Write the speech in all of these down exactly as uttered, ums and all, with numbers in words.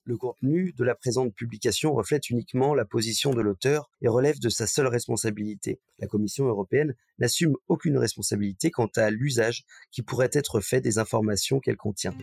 Le contenu de la présente publication reflète uniquement la position de l'auteur et relève de sa seule responsabilité. La Commission européenne n'assume aucune responsabilité quant à l'usage qui pourrait être fait des informations qu'elle contient.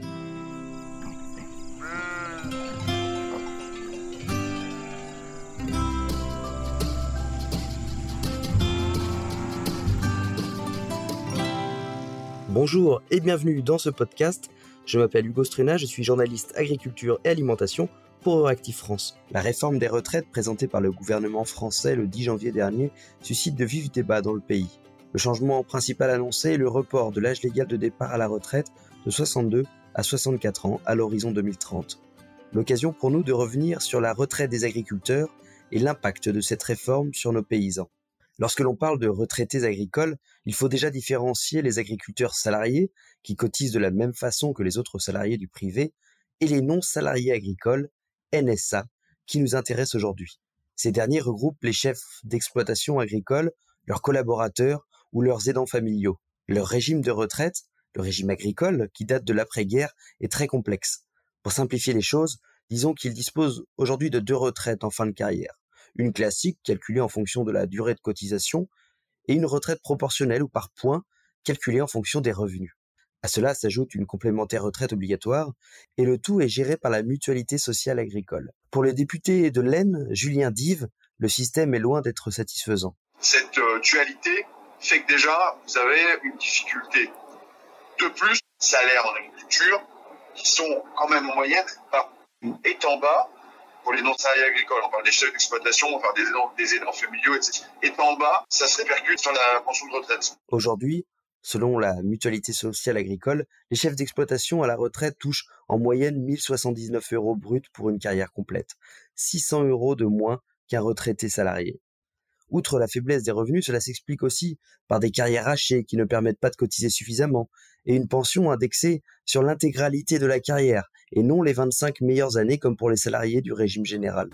Bonjour et bienvenue dans ce podcast. Je m'appelle Hugo Struna, je suis journaliste agriculture et alimentation pour Euractiv France. La réforme des retraites présentée par le gouvernement français le dix janvier dernier suscite de vifs débats dans le pays. Le changement principal annoncé est le report de l'âge légal de départ à la retraite de soixante-deux à soixante-quatre ans à l'horizon deux mille trente. L'occasion pour nous de revenir sur la retraite des agriculteurs et l'impact de cette réforme sur nos paysans. Lorsque l'on parle de retraités agricoles, il faut déjà différencier les agriculteurs salariés, qui cotisent de la même façon que les autres salariés du privé, et les non-salariés agricoles, N S A, qui nous intéressent aujourd'hui. Ces derniers regroupent les chefs d'exploitation agricole, leurs collaborateurs ou leurs aidants familiaux. Leur régime de retraite, le régime agricole, qui date de l'après-guerre, est très complexe. Pour simplifier les choses, disons qu'ils disposent aujourd'hui de deux retraites en fin de carrière. Une classique, calculée en fonction de la durée de cotisation, et une retraite proportionnelle ou par points, calculée en fonction des revenus. À cela s'ajoute une complémentaire retraite obligatoire, et le tout est géré par la Mutualité sociale agricole. Pour le député de l'Aisne, Julien Dive, le système est loin d'être satisfaisant. Cette euh, dualité fait que déjà, vous avez une difficulté. De plus, salaires en agriculture, qui sont quand même en moyenne, pas, est en bas. Pour les non-salariés agricoles, on parle des chefs d'exploitation, on parle des aidants, des aidants familiaux, et cetera. Et en bas, ça se répercute sur la pension de retraite. Aujourd'hui, selon la Mutualité sociale agricole, les chefs d'exploitation à la retraite touchent en moyenne mille soixante-dix-neuf euros bruts pour une carrière complète, six cents euros de moins qu'un retraité salarié. Outre la faiblesse des revenus, cela s'explique aussi par des carrières hachées qui ne permettent pas de cotiser suffisamment et une pension indexée sur l'intégralité de la carrière et non les vingt-cinq meilleures années comme pour les salariés du régime général.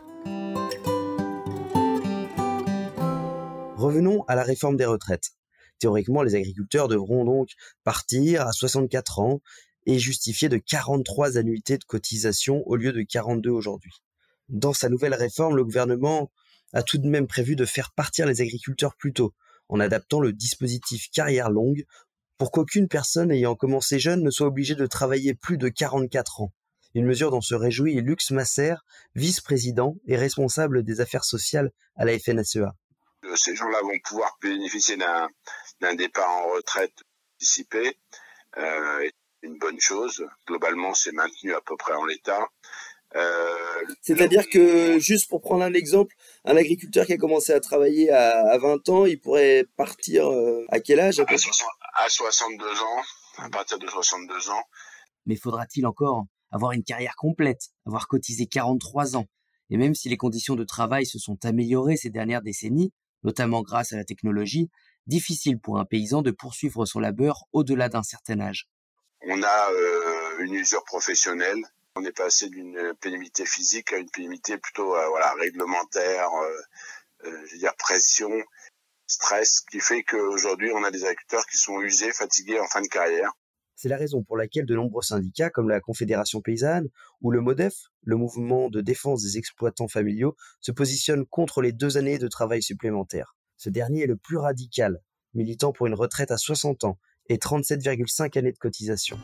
Revenons à la réforme des retraites. Théoriquement, les agriculteurs devront donc partir à soixante-quatre ans et justifier de quarante-trois annuités de cotisation au lieu de quarante-deux aujourd'hui. Dans sa nouvelle réforme, le gouvernement a tout de même prévu de faire partir les agriculteurs plus tôt, en adaptant le dispositif carrière longue pour qu'aucune personne ayant commencé jeune ne soit obligée de travailler plus de quarante-quatre ans. Une mesure dont se réjouit Lux Masser, vice-président et responsable des affaires sociales à la F N S E A. Ces gens-là vont pouvoir bénéficier d'un, d'un départ en retraite anticipé. Euh, c'est une bonne chose. Globalement, c'est maintenu à peu près en l'état. Euh, C'est-à-dire que, juste pour prendre un exemple, un agriculteur qui a commencé à travailler à, à vingt ans, il pourrait partir euh, à quel âge? À, à soixante-deux ans, à partir de soixante-deux ans. Mais faudra-t-il encore avoir une carrière complète, avoir cotisé quarante-trois ans? Et même si les conditions de travail se sont améliorées ces dernières décennies, notamment grâce à la technologie, difficile pour un paysan de poursuivre son labeur au-delà d'un certain âge. On a euh, une usure professionnelle. On est passé d'une pénibilité physique à une pénibilité plutôt euh, voilà, réglementaire, euh, euh, je veux dire pression, stress, qui fait qu'aujourd'hui on a des agriculteurs qui sont usés, fatigués en fin de carrière. C'est la raison pour laquelle de nombreux syndicats comme la Confédération paysanne ou le MODEF, le mouvement de défense des exploitants familiaux, se positionnent contre les deux années de travail supplémentaires. Ce dernier est le plus radical, militant pour une retraite à soixante ans et trente-sept virgule cinq années de cotisation.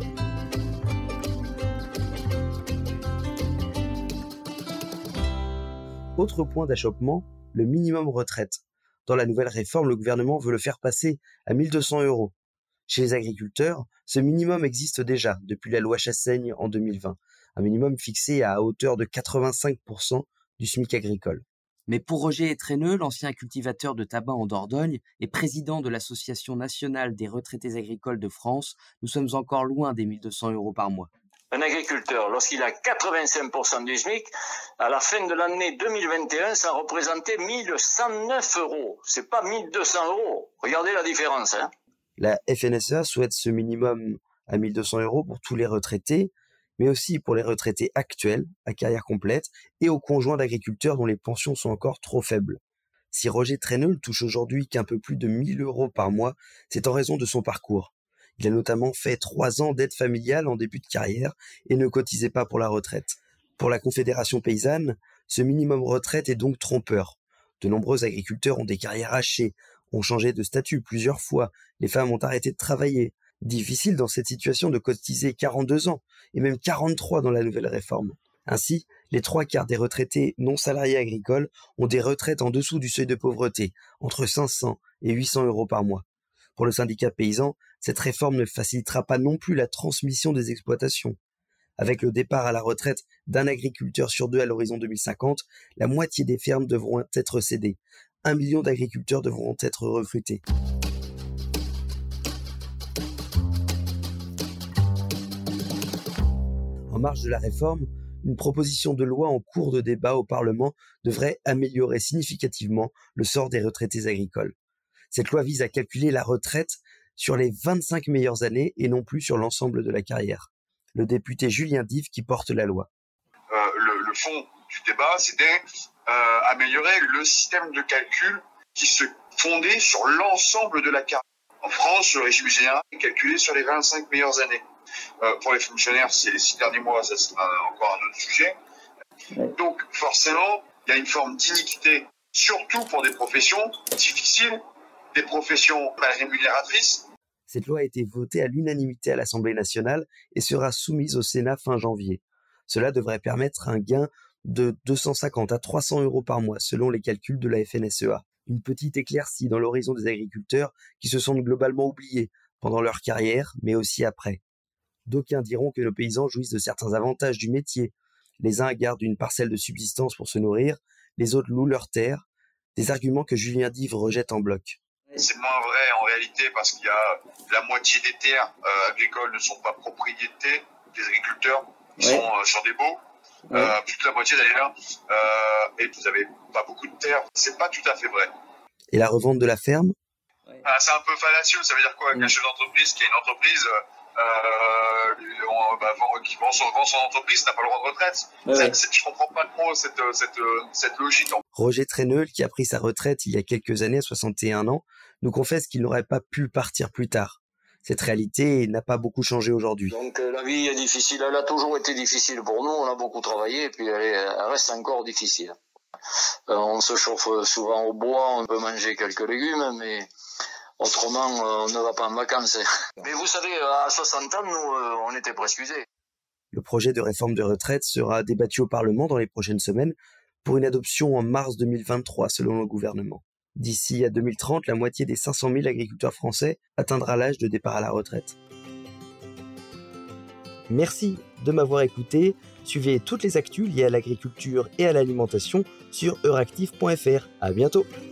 Autre point d'achoppement, le minimum retraite. Dans la nouvelle réforme, le gouvernement veut le faire passer à mille deux cents euros. Chez les agriculteurs, ce minimum existe déjà depuis la loi Chassaigne en deux mille vingt, un minimum fixé à hauteur de quatre-vingt-cinq pour cent du SMIC agricole. Mais pour Roger Traîneux, l'ancien cultivateur de tabac en Dordogne et président de l'Association nationale des retraités agricoles de France, nous sommes encore loin des mille deux cents euros par mois. Un agriculteur, lorsqu'il a quatre-vingt-cinq pour cent du SMIC, à la fin de l'année deux mille vingt et un, ça représentait mille cent neuf euros. C'est pas mille deux cents euros. Regardez la différence, hein. La F N S E A souhaite ce minimum à mille deux cents euros pour tous les retraités, mais aussi pour les retraités actuels, à carrière complète, et aux conjoints d'agriculteurs dont les pensions sont encore trop faibles. Si Roger Traîneux ne touche aujourd'hui qu'un peu plus de mille euros par mois, c'est en raison de son parcours. Il a notamment fait trois ans d'aide familiale en début de carrière et ne cotisait pas pour la retraite. Pour la Confédération paysanne, ce minimum retraite est donc trompeur. De nombreux agriculteurs ont des carrières hachées, ont changé de statut plusieurs fois, les femmes ont arrêté de travailler. Difficile dans cette situation de cotiser quarante-deux ans, et même quarante-trois dans la nouvelle réforme. Ainsi, les trois quarts des retraités non salariés agricoles ont des retraites en dessous du seuil de pauvreté, entre cinq cents et huit cents euros par mois. Pour le syndicat paysan, cette réforme ne facilitera pas non plus la transmission des exploitations. Avec le départ à la retraite d'un agriculteur sur deux à l'horizon deux mille cinquante, la moitié des fermes devront être cédées. Un million d'agriculteurs devront être recrutés. En marge de la réforme, une proposition de loi en cours de débat au Parlement devrait améliorer significativement le sort des retraités agricoles. Cette loi vise à calculer la retraite sur les vingt-cinq meilleures années et non plus sur l'ensemble de la carrière. Le député Julien Dive qui porte la loi. Euh, le, le fond du débat, c'était euh, améliorer le système de calcul qui se fondait sur l'ensemble de la carrière. En France, le régime général est calculé sur les vingt-cinq meilleures années. Euh, pour les fonctionnaires, c'est les six derniers mois, ça sera encore un autre sujet. Donc forcément, il y a une forme d'iniquité, surtout pour des professions difficiles, des professions mal rémunératrices. Cette loi a été votée à l'unanimité à l'Assemblée nationale et sera soumise au Sénat fin janvier. Cela devrait permettre un gain de deux cent cinquante à trois cents euros par mois selon les calculs de la F N S E A. Une petite éclaircie dans l'horizon des agriculteurs qui se sentent globalement oubliés pendant leur carrière, mais aussi après. D'aucuns diront que nos paysans jouissent de certains avantages du métier. Les uns gardent une parcelle de subsistance pour se nourrir, les autres louent leurs terres. Des arguments que Julien Dive rejette en bloc. C'est moins vrai en réalité parce qu'il y a la moitié des terres euh, agricoles ne sont pas propriétés des agriculteurs, ils ouais. sont euh, sur des baux, ouais. euh, plus de la moitié d'ailleurs, euh, et vous n'avez pas beaucoup de terres, c'est pas tout à fait vrai. Et la revente de la ferme ? Ouais. Ah, c'est un peu fallacieux, ça veut dire quoi ? Qu'un chef d'entreprise qui a une entreprise euh, on, bah, qui vend son, vend son entreprise n'a pas le droit de retraite. Ouais. C'est, c'est, je comprends pas trop cette, cette, cette logique. Roger Treneul, qui a pris sa retraite il y a quelques années à soixante et un ans, nous confesse qu'il n'aurait pas pu partir plus tard. Cette réalité n'a pas beaucoup changé aujourd'hui. Donc euh, la vie est difficile, elle a toujours été difficile pour nous, on a beaucoup travaillé et puis elle, est, elle reste encore difficile. Euh, on se chauffe souvent au bois, on peut manger quelques légumes, mais autrement euh, on ne va pas en vacances. Mais vous savez, à soixante ans, nous, euh, on était presque usés. Le projet de réforme de retraite sera débattu au Parlement dans les prochaines semaines pour une adoption en mars deux mille vingt-trois selon le gouvernement. D'ici à deux mille trente, la moitié des cinq cent mille agriculteurs français atteindra l'âge de départ à la retraite. Merci de m'avoir écouté. Suivez toutes les actus liées à l'agriculture et à l'alimentation sur euractiv point f r. À bientôt.